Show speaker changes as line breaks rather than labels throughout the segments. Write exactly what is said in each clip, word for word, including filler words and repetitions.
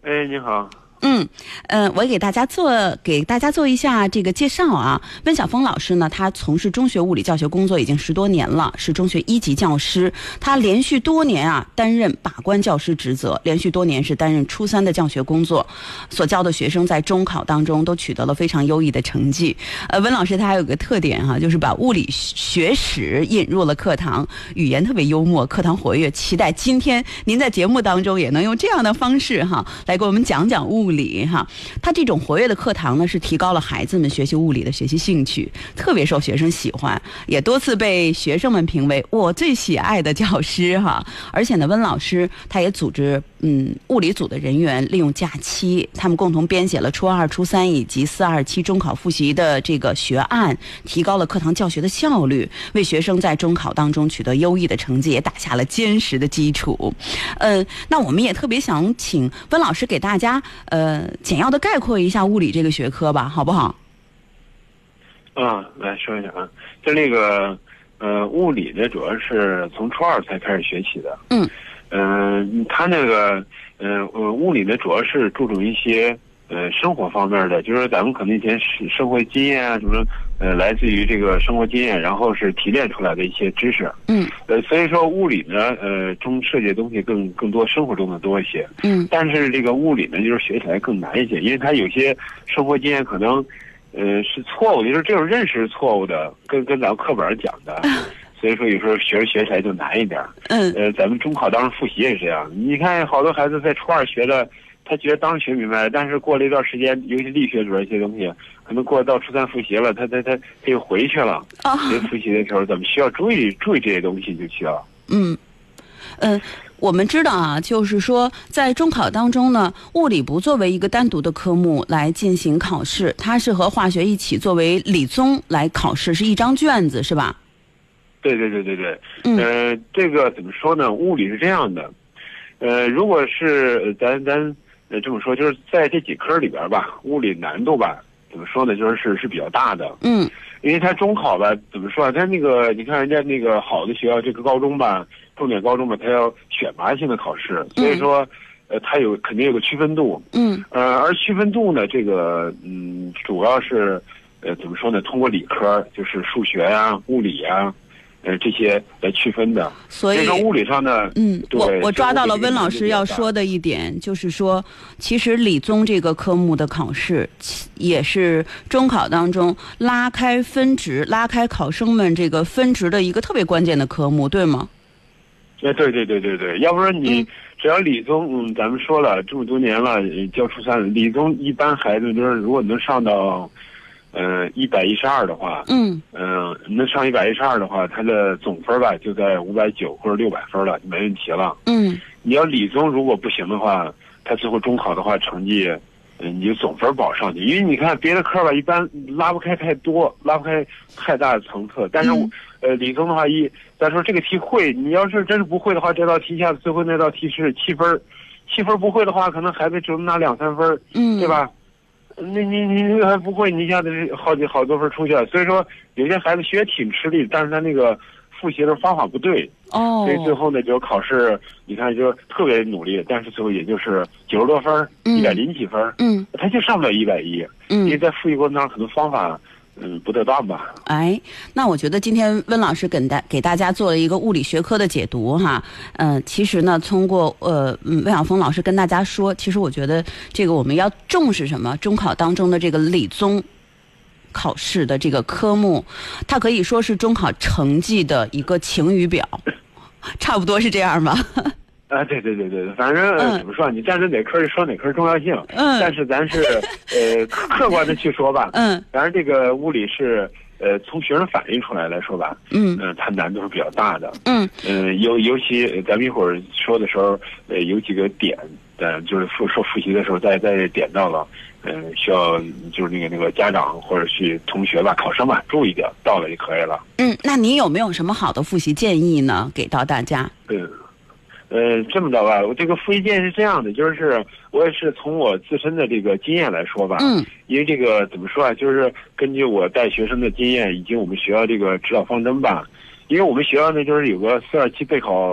哎，你好。
嗯，呃，我给大家做给大家做一下这个介绍啊。温晓峰老师呢，他从事中学物理教学工作已经十多年了，是中学一级教师。他连续多年啊担任把关教师职责，连续多年是担任初三的教学工作，所教的学生在中考当中都取得了非常优异的成绩。呃，温老师他还有个特点哈、啊，就是把物理学史引入了课堂，语言特别幽默，课堂活跃。期待今天您在节目当中也能用这样的方式哈、啊，来给我们讲讲物理。物理哈，他这种活跃的课堂呢，是提高了孩子们学习物理的学习兴趣，特别受学生喜欢，也多次被学生们评为我最喜爱的教师哈。而且呢，温老师他也组织嗯物理组的人员利用假期，他们共同编写了初二、初三以及四二七中考复习的这个学案，提高了课堂教学的效率，为学生在中考当中取得优异的成绩也打下了坚实的基础。呃，那我们也特别想请温老师给大家呃。呃，简要的概括一下物理这个学科吧，好不好？
啊，来说一下啊，就那个呃，物理呢，主要是从初二才开始学起的。嗯，嗯、呃，他那个呃呃，物理呢，主要是注重一些呃生活方面的，就是咱们可能以前是生活经验啊什么。呃，来自于这个生活经验，然后是提炼出来的一些知识。嗯，呃，所以说物理呢，呃，中涉及的东西更更多，生活中的多一些。嗯，但是这个物理呢，就是学起来更难一些，因为它有些生活经验可能，呃，是错误的，就是这种认识是错误的，跟跟咱们课本上讲的。所以说有时候学学起来就难一点。嗯，呃，咱们中考当时复习也是这样，你看好多孩子在初二学的。他觉得当时学明白了，但是过了一段时间，尤其力学主要一些东西，可能过到初三复习了，他他他他又回去了。啊，所以复习的时候，咱们需要注意注意这些东西就需要。
嗯，呃，我们知道啊，就是说在中考当中呢，物理不作为一个单独的科目来进行考试，它是和化学一起作为理综来考试，是一张卷子，是吧？
对对对对对。嗯。呃，这个怎么说呢？物理是这样的，呃，如果是咱咱。呃，这么说就是在这几科里边吧，物理难度吧，怎么说呢，就是是是比较大的。嗯，因为它中考吧，怎么说啊？它那个你看人家那个好的学校，这个高中吧，重点高中吧，它要选拔性的考试，所以说，呃，它有肯定有个区分度。嗯，呃，而区分度呢，这个嗯，主要是呃怎么说呢？通过理科，就是数学啊、物理啊。呃，这些来区分的，
所以
物理上呢，
嗯，我我抓到了温老师要说的一点，就是说，其实理综这个科目的考试也是中考当中拉开分值、拉开考生们这个分值的一个特别关键的科目，对吗？
哎，对对对对对，要不然你只要理综，嗯，咱们说了这么多年了，教初三，理综一般孩子就是如果能上到。呃，一百一十二的话，嗯，嗯、呃，能上一百一十二的话，它的总分吧就在五百九或者六百分了，就没问题了。嗯，你要理综如果不行的话，它最后中考的话成绩，嗯、呃，你就总分保上去，因为你看别的科吧，一般拉不开太多，拉不开太大的层次，但是，嗯、呃，理综的话一，咱说这个题会，你要是真是不会的话，这道题下最后那道题是七分，七分不会的话，可能孩子只能拿两三分，嗯，对吧？那你你那个还不会，你一下子好几好多分出去了。所以说，有些孩子学挺吃力，但是他那个复习的方法不对，哦，所以最后呢，就考试，你看就特别努力，但是最后也就是九十多分，一百零几分，嗯，他就上不了一百一，嗯，因为在复习过程当中可能方法。嗯，不得当吧？
哎，那我觉得今天温老师给大给大家做了一个物理学科的解读哈。嗯、呃，其实呢，通过呃，嗯，温晓峰老师跟大家说，其实我觉得这个我们要重视什么？中考当中的这个理综考试的这个科目，它可以说是中考成绩的一个晴雨表，差不多是这样吧？
啊，对对对对，反正、呃、怎么说，你站在哪科就说哪科重要性，嗯，但是咱是呃客观的去说吧，嗯，反正这个物理是呃从学生反映出来来说吧，嗯，呃，它难度是比较大的，嗯，呃，尤尤其咱们一会儿说的时候，呃，有几个点，呃，就是复说复习的时候再再点到了，嗯、呃，需要就是那个那个家长或者是同学吧，考生吧，注意点，到了就可以了。
嗯，那您有没有什么好的复习建议呢？给到大家？
嗯。呃，这么着吧，我这个复习建议是这样的，就是我也是从我自身的这个经验来说吧，嗯，因为这个怎么说啊，就是根据我带学生的经验以及我们学校这个指导方针吧，因为我们学校呢就是有个四二七备考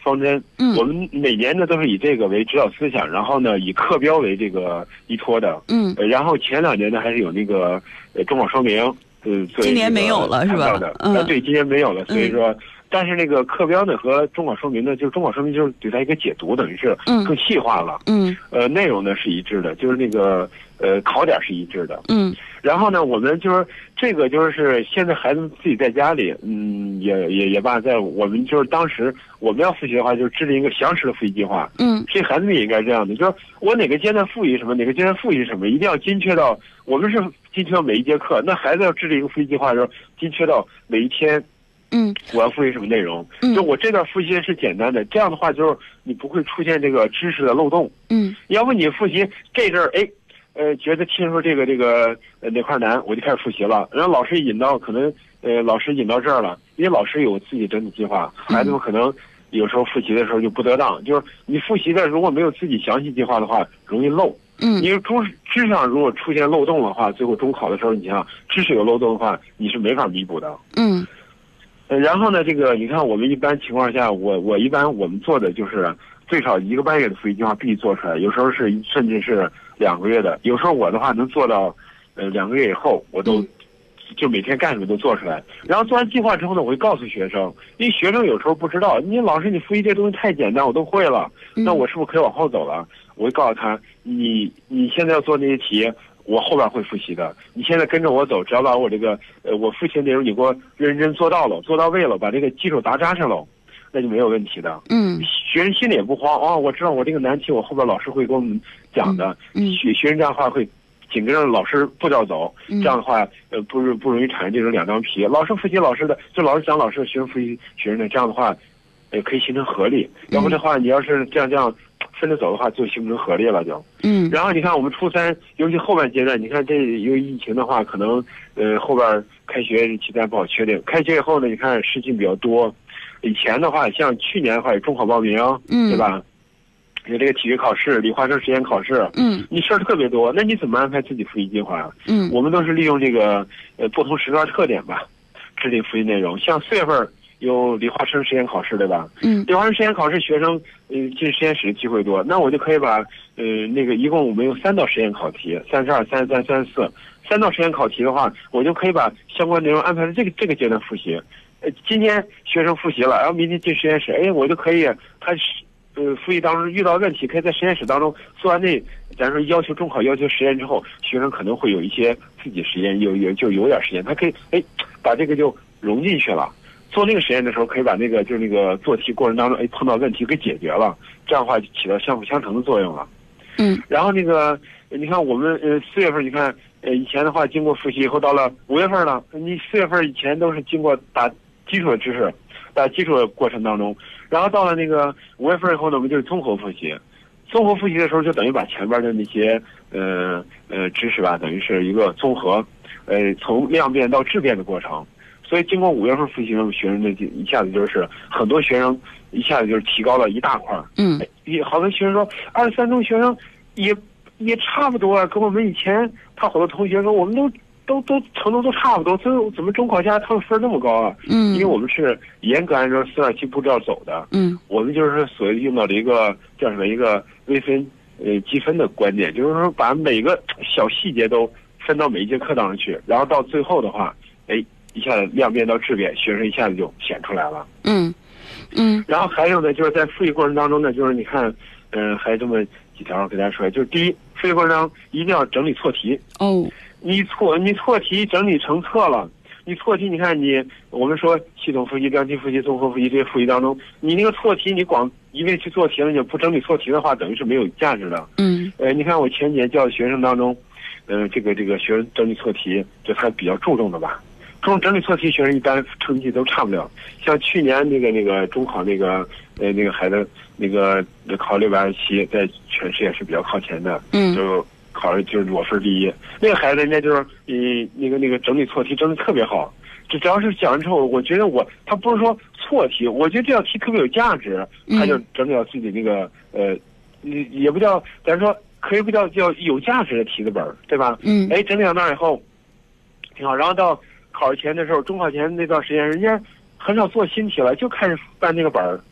方针。
嗯，
我们每年呢都是以这个为指导思想，然后呢以课标为这个依托的。
嗯，
呃、然后前两年呢还是有那个呃中考说明，呃，
今年没有了是吧？
嗯、呃，对，今年没有了，所以说。嗯，但是那个课标呢和中考说明呢，就是中考说明就是对它一个解读，等于是更细化了。嗯，呃，内容呢是一致的，就是那个呃考点是一致的。嗯，然后呢，我们就是这个就是现在孩子们自己在家里，嗯，也也也罢，在我们就是当时我们要复习的话，就是制定一个详实的复习计划。嗯，所以孩子们也应该这样的，就是我哪个阶段复习什么，哪个阶段复习什么，一定要精确到我们是精确到每一节课。那孩子要制定一个复习计划的时候，精确到每一天。嗯，我要复习什么内容？嗯，就我这段复习是简单的，这样的话就是你不会出现这个知识的漏洞。嗯，要不你复习这阵儿，哎，呃，觉得听说这个这个呃哪块难，我就开始复习了。然后老师引到可能呃老师引到这儿了，因为老师有自己整体计划，孩子们可能有时候复习的时候就不得当，就是你复习的如果没有自己详细计划的话，容易漏。嗯，因为中知识上如果出现漏洞的话，最后中考的时候，你想知识有漏洞的话，你是没法弥补的。嗯。呃，然后呢，这个你看，我们一般情况下，我我一般我们做的就是最少一个半月的复习计划必须做出来，有时候是甚至是两个月的，有时候我的话能做到，呃两个月以后我都就每天干什么都做出来。然后做完计划之后呢，我会告诉学生，因为学生有时候不知道，你老师你复习这东西太简单，我都会了，那我是不是可以往后走了？我会告诉他，你你现在要做那些题。我后边会复习的，你现在跟着我走，只要把我这个呃我复习内容你给我认真做到了，做到位了，把这个基础打扎实了，那就没有问题的。嗯，学生心里也不慌哦，我知道我这个难题我后边老师会给我们讲的。嗯，学学生这样的话会紧跟着老师步调走，嗯、这样的话呃不不容易产生这种两张皮。老师复习老师的，就老师讲老师的，学生复习学生的，这样的话，呃可以形成合力。要不的话，你要是这样这样。分着走的话，就形成合力了，就嗯。然后你看我们初三，尤其后半阶段，你看这因为疫情的话，可能呃后边开学期间不好确定。开学以后呢，你看事情比较多。以前的话，像去年的话有中考报名，嗯，对吧？有这个体育考试、理化生实验考试，嗯，你事儿特别多，那你怎么安排自己复习计划啊？嗯，我们都是利用这个呃不同时段特点吧，制定复习内容。像四月份。有理化生实验考试，对吧？嗯，理化生实验考试学生呃进实验室的机会多，那我就可以把呃那个一共我们有三道实验考题，三十二、三十三、三十四，三道实验考题的话，我就可以把相关内容安排在这个这个阶段复习。呃，今天学生复习了，然后明天进实验室，哎，我就可以他是呃复习当中遇到问题，可以在实验室当中做完那咱说要求中考要求实验之后，学生可能会有一些自己实验，有有就有点实验，他可以哎把这个就融进去了。做那个实验的时候，可以把那个就是那个做题过程当中，哎，碰到问题给解决了，这样的话就起到相辅相成的作用了。嗯。然后那个，你看我们呃四月份，你看呃以前的话经过复习以后，到了五月份了，你四月份以前都是经过打基础的知识，打基础的过程当中，然后到了那个五月份以后呢，我们就是综合复习。综合复习的时候，就等于把前边的那些呃呃知识吧，等于是一个综合，呃从量变到质变的过程。所以经过五月份复习，学生的一下子就是很多学生一下子就是提高了一大块。嗯，也好多学生说，二十三中学生也也差不多啊，跟我们以前他好多同学说，我们都都都程度都差不多，所以怎么中考下他们分那么高啊？嗯，因为我们是严格按照四二七步骤走的。嗯，我们就是所谓用到了一个叫什么一个微分呃积分的观点，就是说把每个小细节都分到每一节课当中去，然后到最后的话，哎。一下子量变到质变，学生一下子就显出来了。嗯嗯。然后还有呢，就是在复习过程当中呢，就是你看，嗯、呃，还有这么几条给大家说，就是第一，复习过程当中一定要整理错题。哦。你错你错题整理成册了，你错题，你看你我们说系统复习、量级复习、综合复习这些复习当中，你那个错题你光一味去做题了，你不整理错题的话，等于是没有价值的。嗯。呃，你看我前几年教的学生当中，呃，这个这个学生整理错题，这还比较注重的吧。这种整理错题学生一般成绩都差不了，像去年那个那个中考那个呃那个孩子那个考六百二十七，在全市也是比较靠前的，嗯，就考就是裸分第一。那个孩子人家就是嗯那个那个整理错题整理特别好，这只要是讲完之后，我觉得我他不是说错题，我觉得这道题特别有价值，他就整理到自己那个呃，也不叫咱说可以不叫叫有价值的题字本，对吧？嗯，哎，整理到那儿以后挺好，然后到。考前的时候，中考前那段时间，人家很少做新题了，就开始翻那个本儿，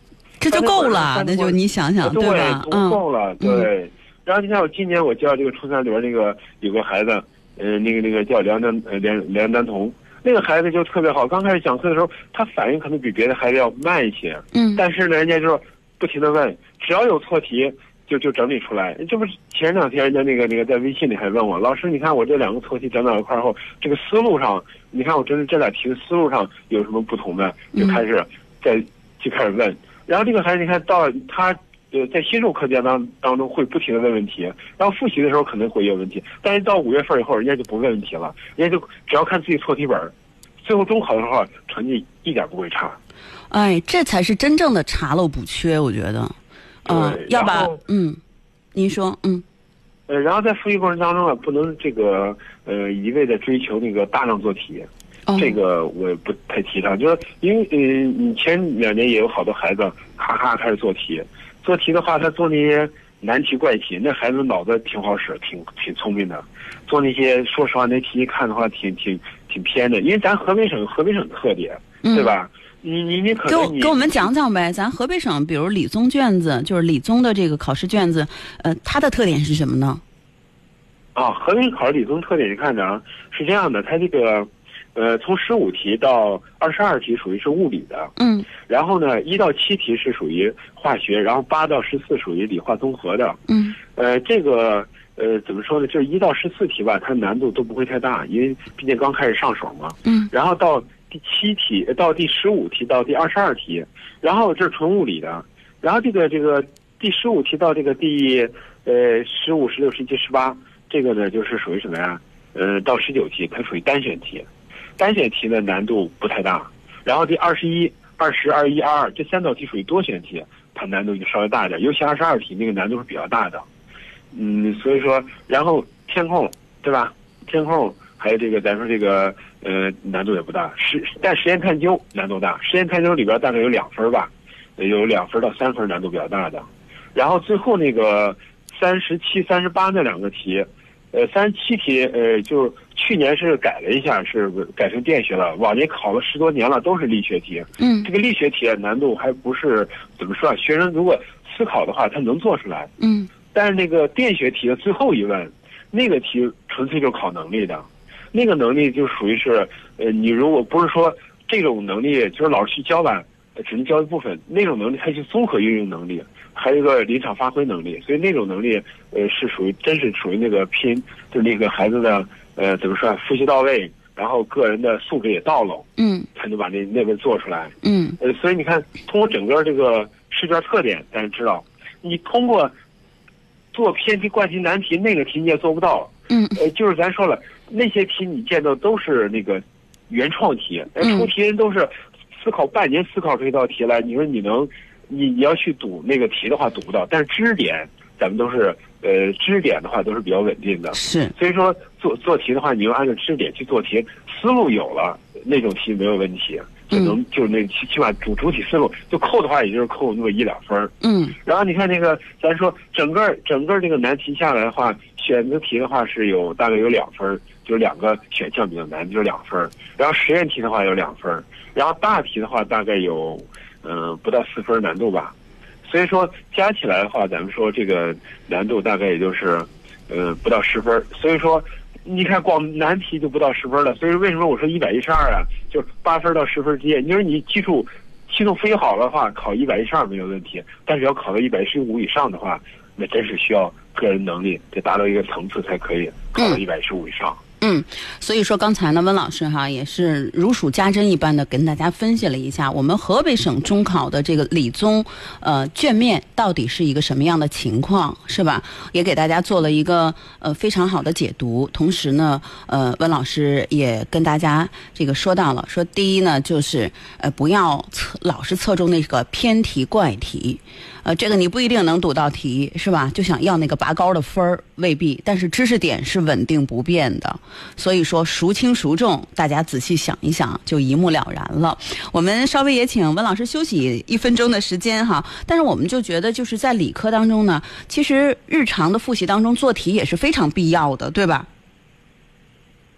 这就够了，那就你想想，
对
吧？
足够了，对。然后你看我今年我教这个初三里边那个有个孩子，呃，那个那个叫梁丹呃梁梁丹彤，那个孩子就特别好。刚开始讲课的时候，他反应可能比别的孩子要慢一些，
嗯，
但是呢，人家就不停的问，只要有错题就就整理出来。这不是前两天人家那个那个在微信里还问我，老师，你看我这两个错题整到一块后，这个思路上，你看我真是这俩题的思路上有什么不同的？就开始在就开始问。然后这个孩子你看到他。呃，在新授课件当当中会不停的问问题，然后复习的时候可能会有问题，但是到五月份以后，人家就不问问题了，人家就只要看自己错题本，最后中考的时候成绩一点不会差。
哎，这才是真正的查漏补缺，我觉得，嗯、呃，要把嗯，您说嗯。
呃，然后在复习过程当中啊，不能这个呃一味的追求那个大量做题。
哦、
这个我也不太提倡，就是因为嗯，你前两年也有好多孩子咔咔开始做题，做题的话，他做那些难题怪题，那孩子脑子挺好使，挺挺聪明的。做那些说实话，那题一看的话，挺挺挺偏的，因为咱河北省河北省特点，嗯、对吧？你你你可能
给给我们讲讲呗，咱河北省比如理综卷子，就是理综的这个考试卷子，呃，它的特点是什么呢？
啊，河北考试理综特点，你看着啊，是这样的，它这个。呃，从十五题到二十二题属于是物理的，
嗯，
然后呢，一到七题是属于化学，然后八到十四属于理化综合的，
嗯，
呃，这个呃怎么说呢？就是一到十四题吧，它难度都不会太大，因为毕竟刚开始上手嘛，
嗯，然
后到第七题到第十五题到第二十二题，然后这是纯物理的，然后这个这个第十五题到这个第呃十五、十六、十七、十八，这个呢就是属于什么呀？呃，到十九题它属于单选题。单选题的难度不太大，然后第二十一、二十、二一、二二这三道题属于多选题，它难度就稍微大一点，尤其二十二题那个难度是比较大的。嗯，所以说，然后填空对吧？填空还有这个咱说这个呃难度也不大，实但实验探究难度大，实验探究里边大概有两分吧，有两分到三分难度比较大的。然后最后那个三十七、三十八那两个题。呃，三十七题，呃，就是去年是改了一下，是改成电学了。往年考了十多年了，都是力学题。
嗯，
这个力学题难度还不是怎么说啊？学生如果思考的话，他能做出来。
嗯，
但是那个电学题的最后一问，那个题纯粹就考能力的，那个能力就属于是，呃，你如果不是说这种能力，就是老师去教吧，只能教一部分，那种能力它是综合运用能力。还有一个临场发挥能力，所以那种能力，呃，是属于真是属于那个拼，就是那个孩子的，呃，怎么说，复习到位，然后个人的素质也到了，
嗯，
才能把那那个做出来，
嗯，
呃，所以你看，通过整个这个试卷特点，大家知道，你通过做偏题、怪题、难题，那个题你也做不到，
嗯，
呃，就是咱说了，那些题你见到都是那个原创题，呃，出题人都是思考半年思考出一道题来，你说你能？你你要去赌那个题的话赌不到，但是知识点咱们都是呃知识点的话都是比较稳定的，
是。
所以说做做题的话，你要按照知识点去做题，思路有了，那种题没有问题，就能、嗯、就是那起起码主主体思路就扣的话，也就是扣那么一两分。
嗯。
然后你看那个咱说整个整个这个难题下来的话，选择题的话是有大概有两分，就是两个选项比较难，就是两分。然后实验题的话有两分，然后大题的话大概有。嗯、呃，不到四分难度吧，所以说加起来的话，咱们说这个难度大概也就是，呃，不到十分。所以说，你看光难题就不到十分了。所以为什么我说一百一十二啊？就是八分到十分之间。你说你基础系统非好的话，考一百一十二没有问题，但是要考到一百一十五以上的话，那真是需要个人能力得达到一个层次才可以考到一百一十五以上。
嗯，所以说刚才呢，温老师哈也是如数家珍一般的跟大家分析了一下我们河北省中考的这个理综呃卷面到底是一个什么样的情况，是吧？也给大家做了一个呃非常好的解读。同时呢，呃，温老师也跟大家这个说到了，说第一呢就是呃不要侧老是侧重那个偏题怪题。呃，这个你不一定能读到题，是吧？就想要那个拔高的分儿，未必。但是知识点是稳定不变的，所以说孰轻孰重，大家仔细想一想，就一目了然了。我们稍微也请温老师休息一分钟的时间哈。但是我们就觉得，就是在理科当中呢，其实日常的复习当中做题也是非常必要的，对吧？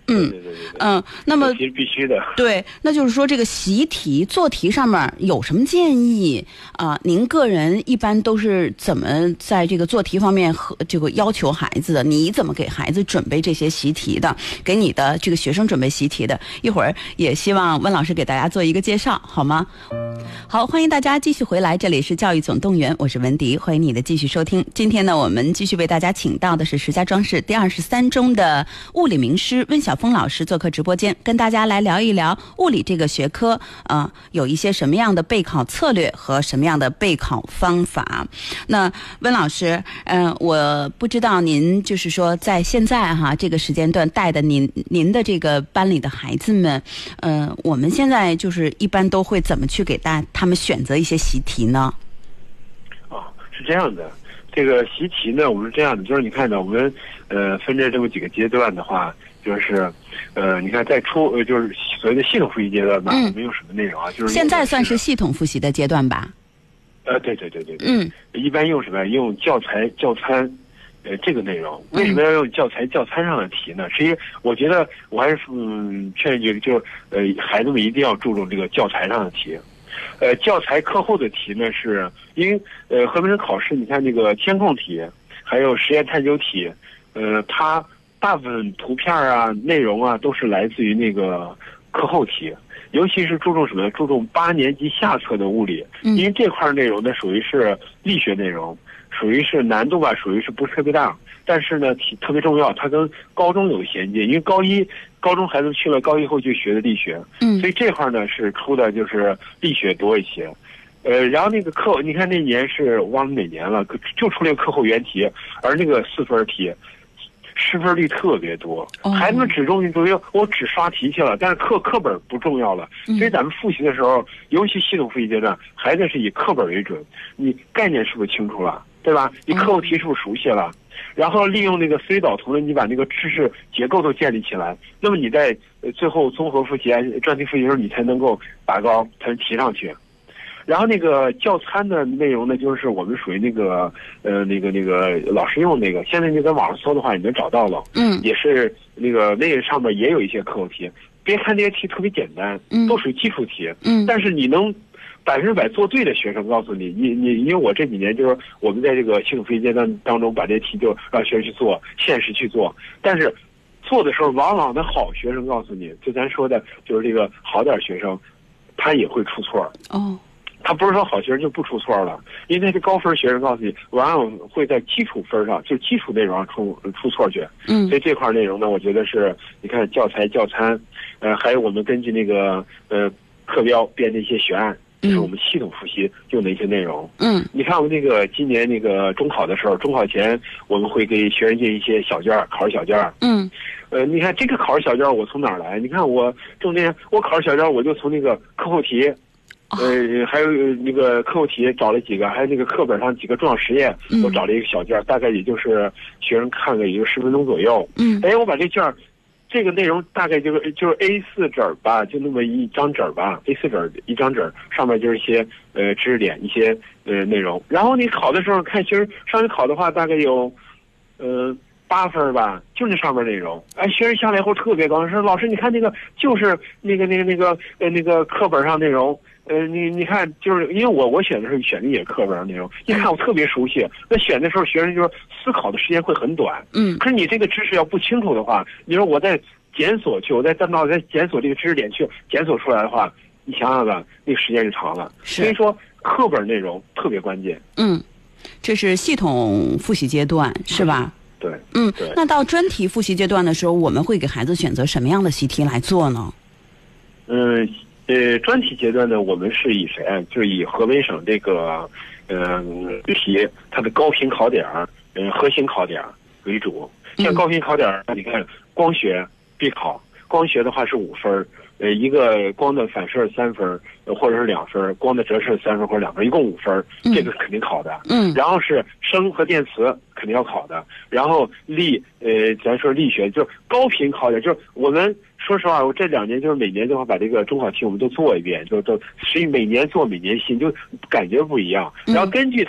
嗯，
对对对对，
嗯，那么
其实必须的。
对，那就是说这个习题做题上面有什么建议啊、呃？您个人一般都是怎么在这个做题方面和这个要求孩子的？你怎么给孩子准备这些习题的？给你的这个学生准备习题的？一会儿也希望温老师给大家做一个介绍，好吗？好，欢迎大家继续回来，这里是教育总动员，我是文迪，欢迎你的继续收听。今天呢，我们继续为大家请到的是石家庄市第二十三中的物理名师温晓峰老师做客直播间，跟大家来聊一聊物理这个学科，呃，有一些什么样的备考策略和什么样的备考方法。那温老师，嗯、呃，我不知道您就是说在现在哈这个时间段带的您您的这个班里的孩子们，嗯、呃，我们现在就是一般都会怎么去给大他们选择一些习题呢？
哦，是这样的，这个习题呢，我们是这样的，就是你看呢，我们呃分着这么几个阶段的话，就是呃，你看在初呃就是所谓的系统复习阶段吧，嗯、我们用什么内容啊？就是
现在算是系统复习的阶段吧？
呃，对对对对对，
嗯，
一般用什么？用教材教参。呃，这个内容为什么要用教材教参上的题呢？实际我觉得我还是嗯劝这个就呃孩子们一定要注重这个教材上的题。呃，教材课后的题呢，是因为呃合编考试，你看那个填空题，还有实验探究题，呃，它大部分图片啊、内容啊都是来自于那个课后题。尤其是注重什么呢？注重八年级下册的物理，因为这块内容呢属于是力学内容。属于是难度吧，属于是不是特别大，但是呢，题特别重要，它跟高中有衔接，因为高一高中孩子去了高一后就学的力学，嗯，所以这块呢是出的就是力学多一些，呃，然后那个课，你看那年是忘了哪年了，就出了个课后原题，而那个四分题。失分率特别多，孩子们只重于注意我只刷题去了，但是课课本不重要了。所以咱们复习的时候，尤其系统复习阶段，孩子是以课本为准，你概念是不是清楚了，对吧？你课后题是不是熟悉了？然后利用那个思维导图呢，你把那个知识结构都建立起来，那么你在最后综合复习、专题复习的时候，你才能够拔高，才能提上去。然后那个教参的内容呢，就是我们属于那个呃那个那个老师用那个，现在你在网上搜的话，你能找到了，嗯，也是那个那个上面也有一些课后题。别看这些题特别简单，嗯，都属于基础题，嗯，但是你能百分之百做对的学生，告诉你，你你因为我这几年就是我们在这个系统复习阶段当中，把这些题就让学生去做，现实去做，但是做的时候，往往的好学生告诉你，就咱说的，就是这个好点学生，他也会出错哦。他不是说好学生就不出错了，因为那些高分学生告诉你，往往会在基础分上，就是基础内容上出出错去。嗯，所以这块内容呢，我觉得是，你看教材教参，呃，还有我们根据那个呃课标编的一些学案，就是我们系统复习用的一些内容。嗯，你看我们那个今年那个中考的时候，中考前我们会给学生进一些小卷儿，考试小卷儿。嗯，呃，你看这个考试小卷儿我从哪儿来？你看我中间我考试小卷儿我就从那个课后题。呃，还有那个课后题找了几个，还有那个课本上几个重要实验，我找了一个小卷，大概也就是学生看个也就十分钟左右。嗯，哎，我把这卷，这个内容大概就是就是 A 四 纸儿吧，就那么一张纸儿吧 ，A 四 纸儿一张纸儿，上面就是一些呃知识点，一些呃内容。然后你考的时候看学生上去考的话，大概有呃八分吧，就那上面内容。哎，学生下来以后特别高兴，说老师你看那个就是那个那个那个呃那个课本上内容。呃，你你看，就是因为我我选的时候选的也是课本上内容，一看我特别熟悉。那选的时候，学生就是思考的时间会很短。嗯。可是你这个知识要不清楚的话，你说我在检索去，我在大脑在检索这个知识点去检索出来的话，你想想吧，那个时间就长了。所以说，课本内容特别关键。嗯，
这是系统复习阶段，是吧？
对。
嗯。对。那到专题复习阶段的时候，我们会给孩子选择什么样的习题来做呢？
嗯。呃，专题阶段呢，我们是以谁啊？就是以河北省这个，呃，题它的高频考点儿，呃，核心考点儿为主。像高频考点儿，你看光学必考，光学的话是五分，呃，一个光的反射三分，呃，或者是两分，光的折射三分或者两分，一共五分，这个肯定考的。嗯。然后是声和电磁肯定要考的，然后力，呃，咱说力学就是高频考点，就是我们。说实话，我这两年就是每年的话，把这个中考题我们都做一遍，就都实际每年做每年新，就感觉不一样。然后根据它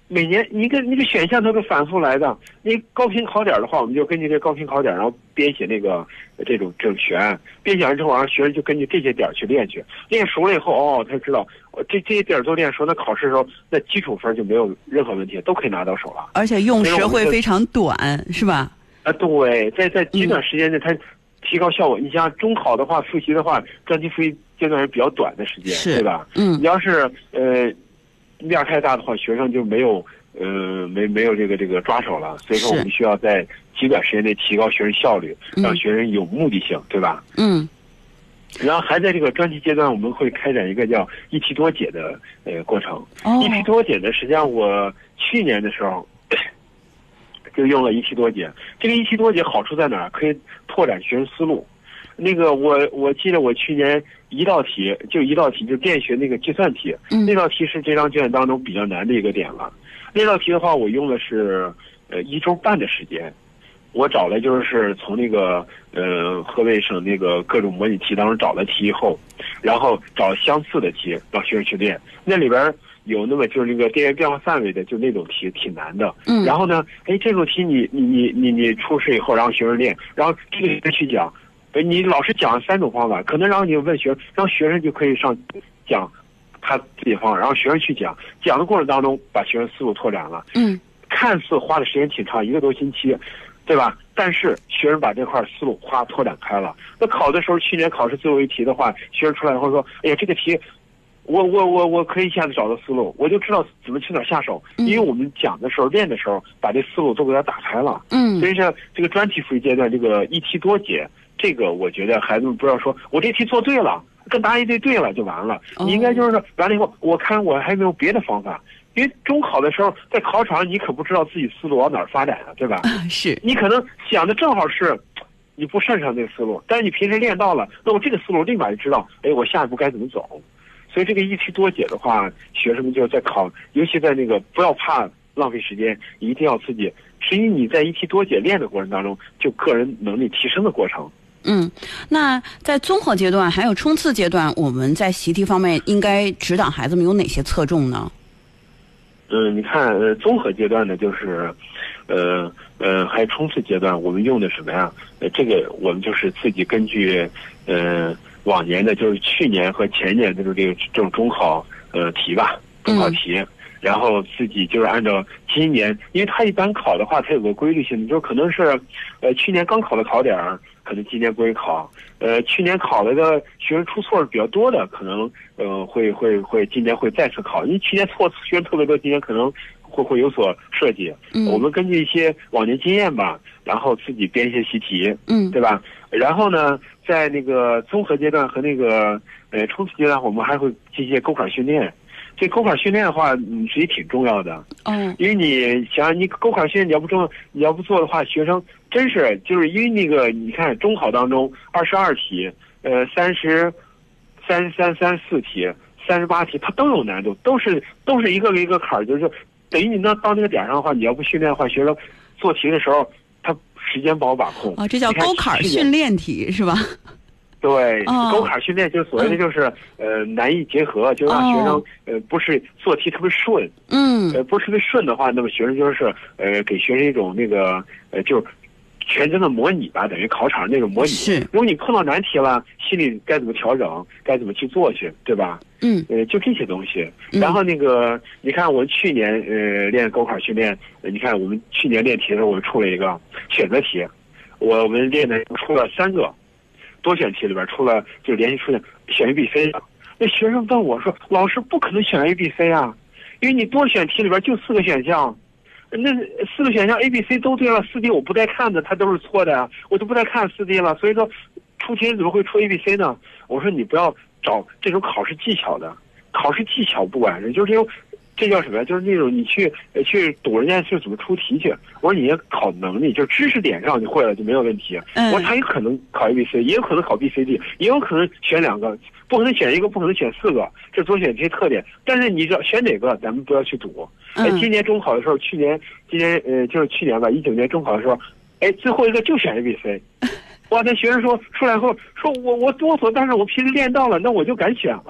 每年一个一个选项它都反复来的。你高频考点的话，我们就根据这高频考点，然后编写那个这种这种学案，编写完之后，然后学生就根据这些点去练去，练熟了以后，哦，他知道这这些点都练熟，那考试的时候那基础分就没有任何问题，都可以拿到手了。
而且用时会非常短，是吧？
啊，对，在在极短时间内，它提高效果。你像中考的话，复习的话，专题复习阶段是比较短的时间，对吧？嗯，你要是呃量太大的话，学生就没有呃没没有这个这个抓手了。所以说，我们需要在极短时间内提高学生效率，让学生有目的性，对吧？嗯。然后还在这个专题阶段，我们会开展一个叫一题多解的呃过程。哦。一题多解呢，实际上我去年的时候就用了一题多解。这个一题多解好处在哪儿？可以拓展学生思路。那个我我记得我去年一道题就一道题就电学那个计算题，嗯、那道题是这张卷当中比较难的一个点了。那道题的话，我用的是呃一周半的时间。我找了就是从那个呃河北省那个各种模拟题当中找了题以后，然后找相似的题让学生去练。那里边有那么就是那个电源变化范围的，就那种题挺难的。嗯。然后呢，哎，这种题你你你你你出试以后，然后学生练，然后这个学生去讲，哎，你老师讲三种方法，可能然后你问学生，让学生就可以上讲他自己方法，然后学生去讲，讲的过程当中把学生思路拓展了。嗯。看似花的时间挺长，一个多星期。对吧？但是学生把这块思路哗拓展开了。那考的时候，去年考试最后一题的话，学生出来以后说：“哎呀，这个题，我我我我可以一下子找到思路，我就知道怎么去哪下手。嗯”因为我们讲的时候、练的时候，把这思路都给他打开了。嗯。所以说，这个专题复习阶段，这个一题多解，这个我觉得孩子们不要说我这题做对了，跟答案一对对了就完了。哦、你应该就是说完了以后，我看我还有没有别的方法。因为中考的时候，在考场你可不知道自己思路往哪儿发展啊，对吧？是。你可能想的正好是，你不擅长这个思路，但是你平时练到了，那我这个思路立马就知道，哎，我下一步该怎么走。所以这个一题多解的话，学生们就在考，尤其在那个不要怕浪费时间，一定要自己。实际你在一题多解练的过程当中，就个人能力提升的过程。
嗯，那在综合阶段还有冲刺阶段，我们在习题方面应该指导孩子们有哪些侧重呢？
嗯，你看，呃，综合阶段呢，就是，呃呃，还有冲刺阶段，我们用的什么呀？呃，这个我们就是自己根据，呃，往年的，就是去年和前年的这个这种中考呃题吧，中考题，嗯、然后自己就是按照今年，因为它一般考的话，它有个规律性，就是可能是，呃，去年刚考的考点儿，可能今年不会考。呃，去年考了的学生出错是比较多的，可能呃会会会今年会再次考，因为去年错学生特别多，今年可能会会有所设计。嗯，我们根据一些往年经验吧，然后自己编一些习题，嗯，对吧？然后呢，在那个综合阶段和那个呃冲刺阶段，我们还会进行一些勾坎训练。这勾坎训练的话，嗯，实际挺重要的。嗯，因为你想，你勾坎训练你要不做，你要不做的话，学生真是就是因为那个，你看中考当中二十二题，呃，三十三三三四题，三十八题，它都有难度，都是都是一个一个坎儿，就是等于你那到那个点上的话，你要不训练的话，学生做题的时候他时间不好把控。
啊，这叫勾坎训练题是吧？
对，勾坎训练就是所谓的就是、嗯、呃难易结合，就让学生、哦、呃不是做题特别顺，嗯，呃不是特别顺的话，那么学生就是呃给学生一种那个呃就是全真的模拟吧，等于考场那种模拟。是，如果你碰到难题了，心里该怎么调整，该怎么去做去，对吧？嗯，呃就这些东西。然后那个你看我们去年呃练勾坎训练，呃你看我们去年练题的时候，我们出了一个选择题，我们练的出了三个。多选题里边出了就连续出现选 A B C 的，那学生问我说：“老师不可能选 A B C 啊，因为你多选题里边就四个选项，那四个选项 A B C 都对了，四 D 我不带看的，它都是错的呀，我就不带看四 D 了。所以说出题怎么会出 A B C 呢？”我说：“你不要找这种考试技巧的，考试技巧不管，就是这种。”这叫什么呀？就是那种你去呃去堵人家是怎么出题去。我说你要考能力，就知识点上你会了就没有问题。嗯、我说他有可能考 A B C， 也有可能考 B C D， 也有可能选两个，不可能选一个，不可能选四个，这多选题特点。但是你知道选哪个，咱们不要去赌。哎、嗯，今年中考的时候，去年今年呃就是去年吧，一九年中考的时候，哎最后一个就选 A B C。哇，那学生说出来后说我我哆嗦，但是我平时练到了，那我就敢选了。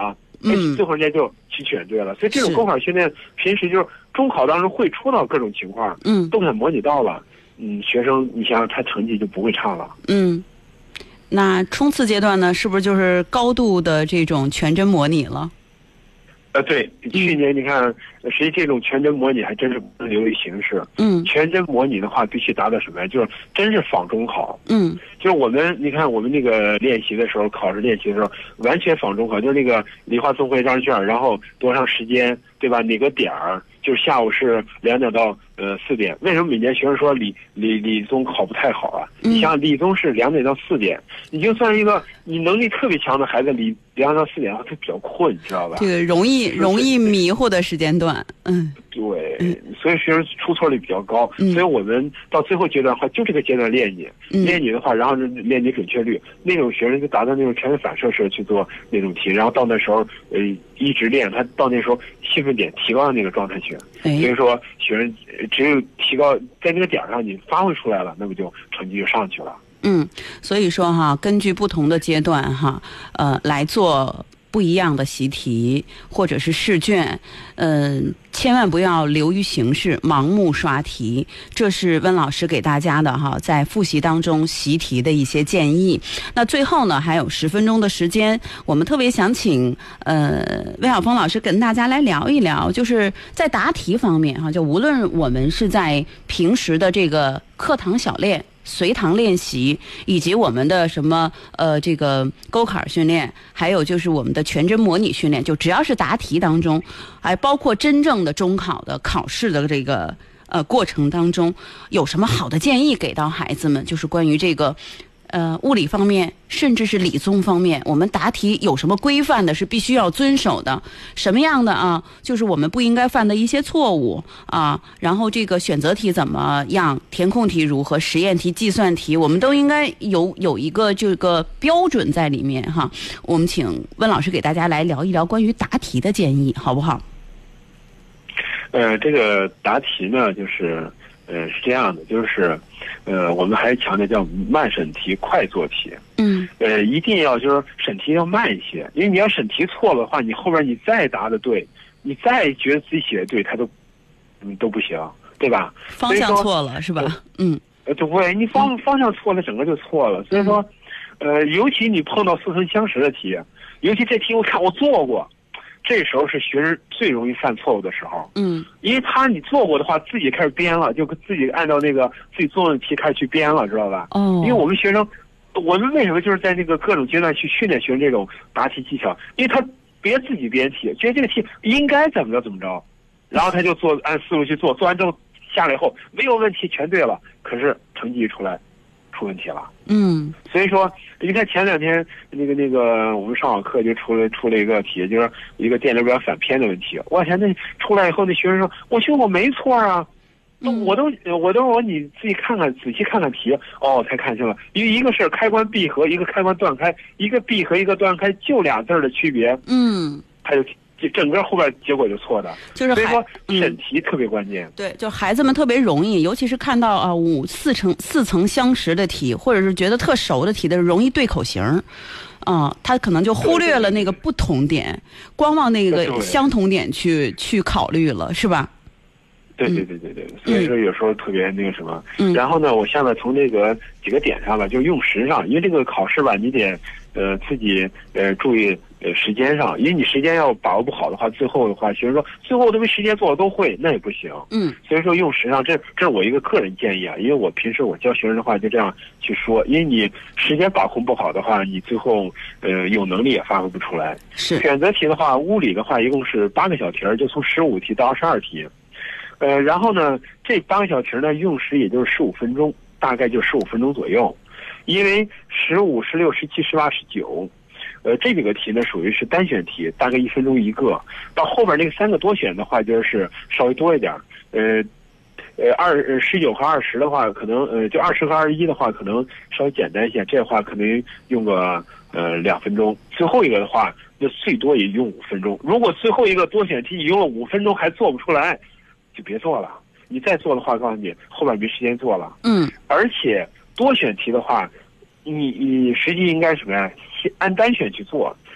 嗯，
最后人家就去选对了。所以这种勾考训练，平时就是中考当中会出到各种情况，
嗯，
都给他模拟到了，嗯，学生你想想他成绩就不会差了。
嗯，那冲刺阶段呢，是不是就是高度的这种全真模拟了？
呃，对，去年你看，实际这种全真模拟还真是不能流于形式。
嗯，
全真模拟的话，必须达到什么呀？就是真是仿中考。
嗯，
就是我们，你看我们那个练习的时候，考试练习的时候，完全仿中考，就是那个理化综合一张卷，然后多长时间，对吧？哪个点儿？就是下午是两点到呃四点。为什么每年学生说理理理综考不太好啊？你想理综是两点到四点，你就算一个你能力特别强的孩子，理两到四点他比较困，你知道吧？
这个容易容易迷糊的时间段，嗯，
对，所以学生出错率比较高。嗯、所以我们到最后阶段的话，就这个阶段练你，嗯、练你的话，然后练你准确率，那种学生就达到那种全反射式去做那种题，然后到那时候呃一直练，他到那时候兴奋点提高到那个状态去。
哎、
所以说学生只有提高在那个点上你发挥出来了，那么就成绩就上去了。
嗯，所以说哈，根据不同的阶段哈，呃，来做不一样的习题或者是试卷，嗯、呃，千万不要流于形式，盲目刷题。这是温老师给大家的哈，在复习当中习题的一些建议。那最后呢，还有十分钟的时间，我们特别想请呃魏晓峰老师跟大家来聊一聊，就是在答题方面哈，就无论我们是在平时的这个课堂小练。随堂练习，以及我们的什么呃这个勾坎训练，还有就是我们的全真模拟训练，就只要是答题当中，还包括真正的中考的考试的这个呃过程当中，有什么好的建议给到孩子们？就是关于这个呃物理方面，甚至是理综方面，我们答题有什么规范的是必须要遵守的？什么样的啊？就是我们不应该犯的一些错误啊。然后这个选择题怎么样？填空题如何？实验题、计算题，我们都应该有有一个这个标准在里面哈。我们请温老师给大家来聊一聊关于答题的建议，好不好？
呃，这个答题呢，就是呃是这样的，就是。呃，我们还是强调叫慢审题、快做题。
嗯。
呃，一定要就是审题要慢一些，因为你要审题错了的话，你后边你再答的对，你再觉得自己写的对，它都嗯都不行，对吧？
方向错了是吧？嗯。
呃，对，你方方向错了，整个就错了。所以说，呃，尤其你碰到似曾相识的题，尤其这题我看我做过。这时候是学生最容易犯错误的时候，
嗯，
因为他你做过的话，自己开始编了，就自己按照那个自己做的题开始去编了，知道吧？
哦，
因为我们学生，我们为什么就是在那个各种阶段去训练学生这种答题技巧？因为他别自己编题，觉得这个题应该怎么着怎么着，然后他就做按思路去做，做完之后下来以后没有问题，全对了，可是成绩一出来出问题了。
嗯，
所以说，你看前两天那个那个我们上网课就出了出了一个题，就是一个电流表反偏的问题。我天，那出来以后，那学生说：“我学我没错啊，
嗯、
我都我都说你自己看看，仔细看看题，哦，才看清了。一一个是开关闭合，一个开关断开，一个闭合一个断开，就俩字的区别。
嗯，
他就。”整个后边结果就错的，
就是
所以说审题特别关键。
嗯、对，就孩子们特别容易，尤其是看到啊五四层四层相识的题，或者是觉得特熟的题的，容易对口型，啊、呃，他可能就忽略了那个不同点，光往那个相同点去去考虑了，是吧？
对对对对对，所以说有时候特别那个什么。
嗯。
然后呢，我下面从这个几个点上吧，就用时上，因为这个考试吧，你得呃自己呃注意呃时间上，因为你时间要把握不好的话，最后的话，学生说最后都没时间做了都会，那也不行。
嗯。
所以说用时上，这这是我一个个人建议啊，因为我平时我教学生的话就这样去说，因为你时间把控不好的话，你最后呃有能力也发挥不出来。
是。
选择题的话，物理的话一共是八个小题儿，就从十五题到二十二题。呃，然后呢，这八个小题呢，用时也就是十五分钟，大概就十五分钟左右。因为十五、十六、十七、十八、十九，呃，这几个题呢属于是单选题，大概一分钟一个。到后边那个三个多选的话，就是稍微多一点。呃，呃，二十九和二十的话，可能呃，就二十和二十一的话，可能稍微简单一些。这话可能用个呃两分钟。最后一个的话，那最多也用五分钟。如果最后一个多选题你用了五分钟还做不出来，就别做了，你再做的话，告诉你后边没时间做了。
嗯，
而且多选题的话，你你实际应该什么呀？按单选去做，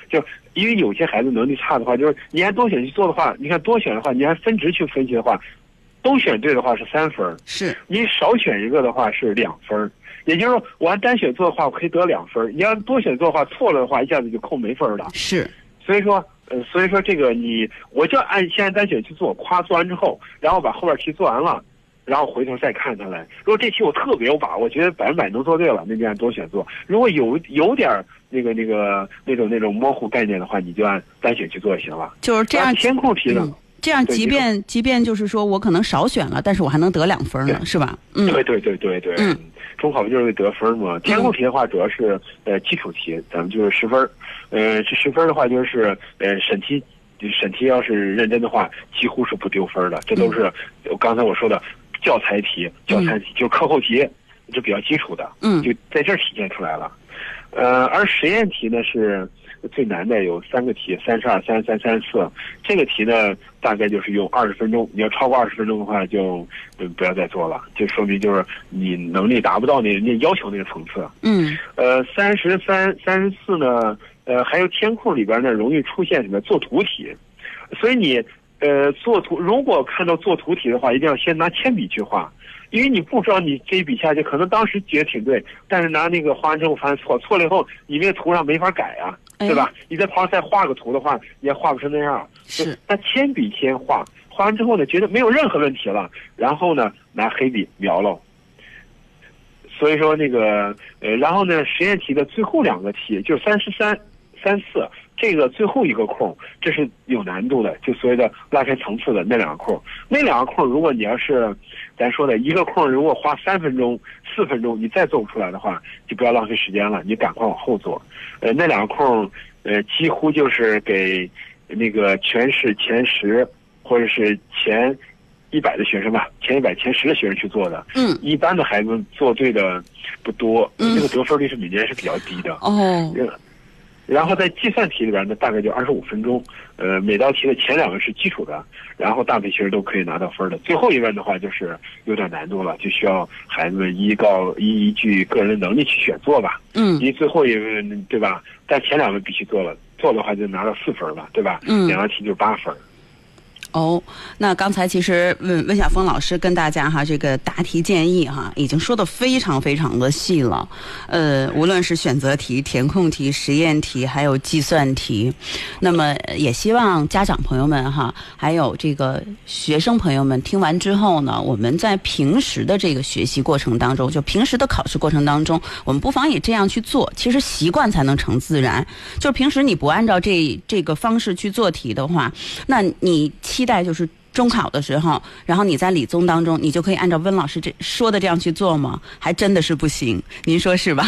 就因为有些孩子能力差的话，就是你按多选去做的话，你看多选的话，你按分值去分析的话，都选对的话是三分，
是
你少选一个的话是两分。也就是说，我按单选做的话，我可以得两分；你要多选做的话，错了的话，一下子就扣没分了。
是，
所以说，呃，所以说这个你，我就按先按单选去做，夸做完之后，然后把后边题做完了，然后回头再看它来。如果这题我特别有把握，觉得百分百能做对了，那就按多选做；如果有有点那个那个那种那种模糊概念的话，你就按单选去做就行了。
就是这样。
填空题呢？嗯
这样，即便即便就是说我可能少选了，但是我还能得两分呢，是吧？嗯，
对对对对对。嗯，中考不就是为得分嘛？填空题的话，主要是呃基础题，咱们就是十分。呃，这十分的话，就是呃审题，审题要是认真的话，几乎是不丢分的。这都是刚才我说的教材题，教材题、嗯、就是课后题，这比较基础的。嗯，就在这儿体现出来了。呃，而实验题呢是最难的，有三个题，三十二、三十三、三十四。这个题呢，大概就是用二十分钟。你要超过二十分钟的话，就嗯不要再做了，就说明就是你能力达不到那人家要求那个层次。嗯。呃，三十三、三十四呢，呃，还有填空里边呢，容易出现什么做图题，所以你呃做图，如果看到做图题的话，一定要先拿铅笔去画。因为你不知道你这一笔下去，可能当时觉得挺对，但是拿那个画完之后发现错，错了以后你那个图上没法改啊，对吧？哎、你在旁边再画个图的话，也画不成那样。
是。
那铅笔先画，画完之后呢，觉得没有任何问题了，然后呢拿黑笔描喽。所以说那个呃，然后呢实验题的最后两个题就是三十三、三四。这个最后一个空，这是有难度的，就所谓的拉开层次的那两个空。那两个空，如果你要是咱说的一个空，如果花三分钟、四分钟，你再做不出来的话，就不要浪费时间了，你赶快往后做。呃，那两个空，呃，几乎就是给那个全市前十或者是前一百的学生吧，前一百、前十的学生去做的。嗯，一般的孩子做对的不多，嗯、这个得分率是每年是比较低的。哦。然后在计算题里边呢，大概就二十五分钟。呃，每道题的前两个是基础的，然后大部分学生都可以拿到分的。最后一问的话，就是有点难度了，就需要孩子们依告依依据个人的能力去选做吧。嗯。因为最后一问，对吧？但前两问必须做了，做的话就拿到四分了，对吧？嗯。两道题就是八分。
哦，那刚才其实温温晓峰老师跟大家哈这个答题建议哈已经说的非常非常的细了，呃，无论是选择题、填空题、实验题，还有计算题，那么也希望家长朋友们哈，还有这个学生朋友们听完之后呢，我们在平时的这个学习过程当中，就平时的考试过程当中，我们不妨也这样去做，其实习惯才能成自然。就是平时你不按照这这个方式去做题的话，那你期待就是中考的时候，然后你在理综当中，你就可以按照温老师这说的这样去做吗？还真的是不行，您说是吧？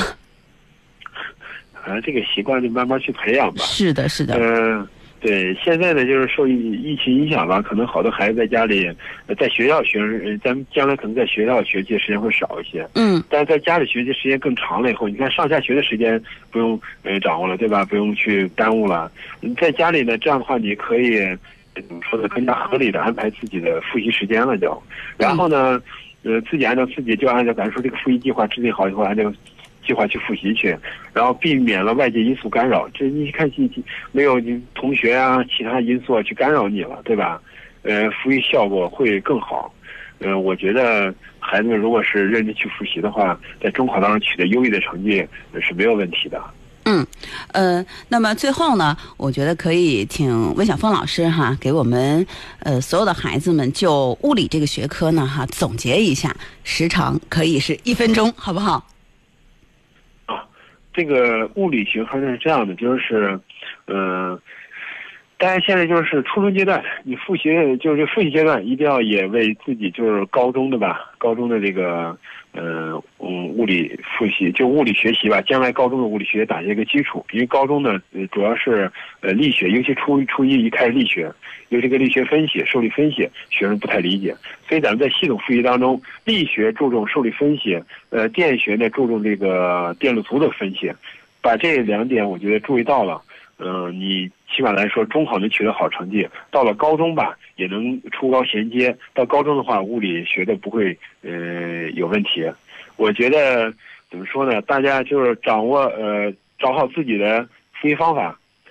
啊，这个习惯就慢慢去培养吧。
是的，是的。
嗯、呃，对，现在呢，就是受疫疫情影响吧，可能好多孩子在家里，在学校学，咱们将来可能在学校学习的时间会少一些。嗯。但是在家里学习时间更长了以后，你看上下学的时间不用呃掌握了，对吧？不用去耽误了。在家里呢，这样的话你可以。怎么说的更加合理的安排自己的复习时间了就，然后呢，呃，自己按照自己就按照咱说这个复习计划制定好以后，按照计划去复习去，然后避免了外界因素干扰。这你看，没有你同学啊、其他因素去干扰你了，对吧？呃，复习效果会更好。呃，我觉得孩子们如果是认真去复习的话，在中考当中取得优异的成绩是没有问题的。
嗯，呃，那么最后呢，我觉得可以请温晓峰老师哈，给我们呃所有的孩子们就物理这个学科呢哈总结一下，时长可以是一分钟，好不好？
啊，这个物理学科是这样的，就是嗯、呃，大家现在就是初中阶段，你复习就是复习阶段，一定要也为自己就是高中的吧，高中的这个。呃嗯，物理复习就物理学习吧，将来高中的物理学打下一个基础。因为高中呢，呃，主要是呃力学，尤其初初一一开始力学，有这个力学分析、受力分析，学生不太理解，所以咱们在系统复习当中，力学注重受力分析，呃，电学呢注重这个电路图的分析，把这两点我觉得注意到了，嗯、呃，你起码来说中考能取得好成绩，到了高中吧。也能初高衔接，到高中的话，物理学的不会呃有问题。我觉得怎么说呢？大家就是掌握呃找好自己的复习方法，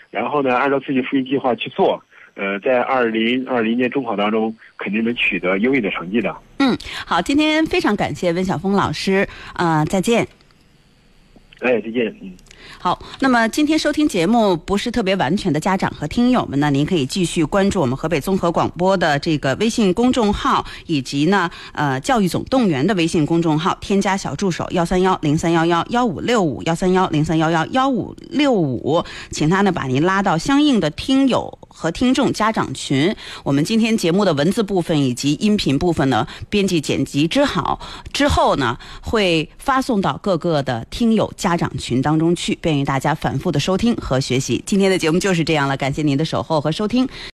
然后呢，按照自己复习计划去做，呃，在二零二零年中考当中肯定能取得优异的成绩的。
嗯，好，今天非常感谢温晓峰老师，呃，再见。
哎，再见。嗯。
好，那么今天收听节目不是特别完全的家长和听友们呢，您可以继续关注我们河北综合广播的这个微信公众号，以及呢呃教育总动员的微信公众号，添加小助手幺三幺零三幺幺幺五六五幺三幺零三幺幺幺五六五，请他呢把您拉到相应的听友和听众家长群。我们今天节目的文字部分以及音频部分呢，编辑剪辑之好之后呢，会发送到各个的听友家长群当中去，便于大家反复的收听和学习。今天的节目就是这样了，感谢您的守候和收听。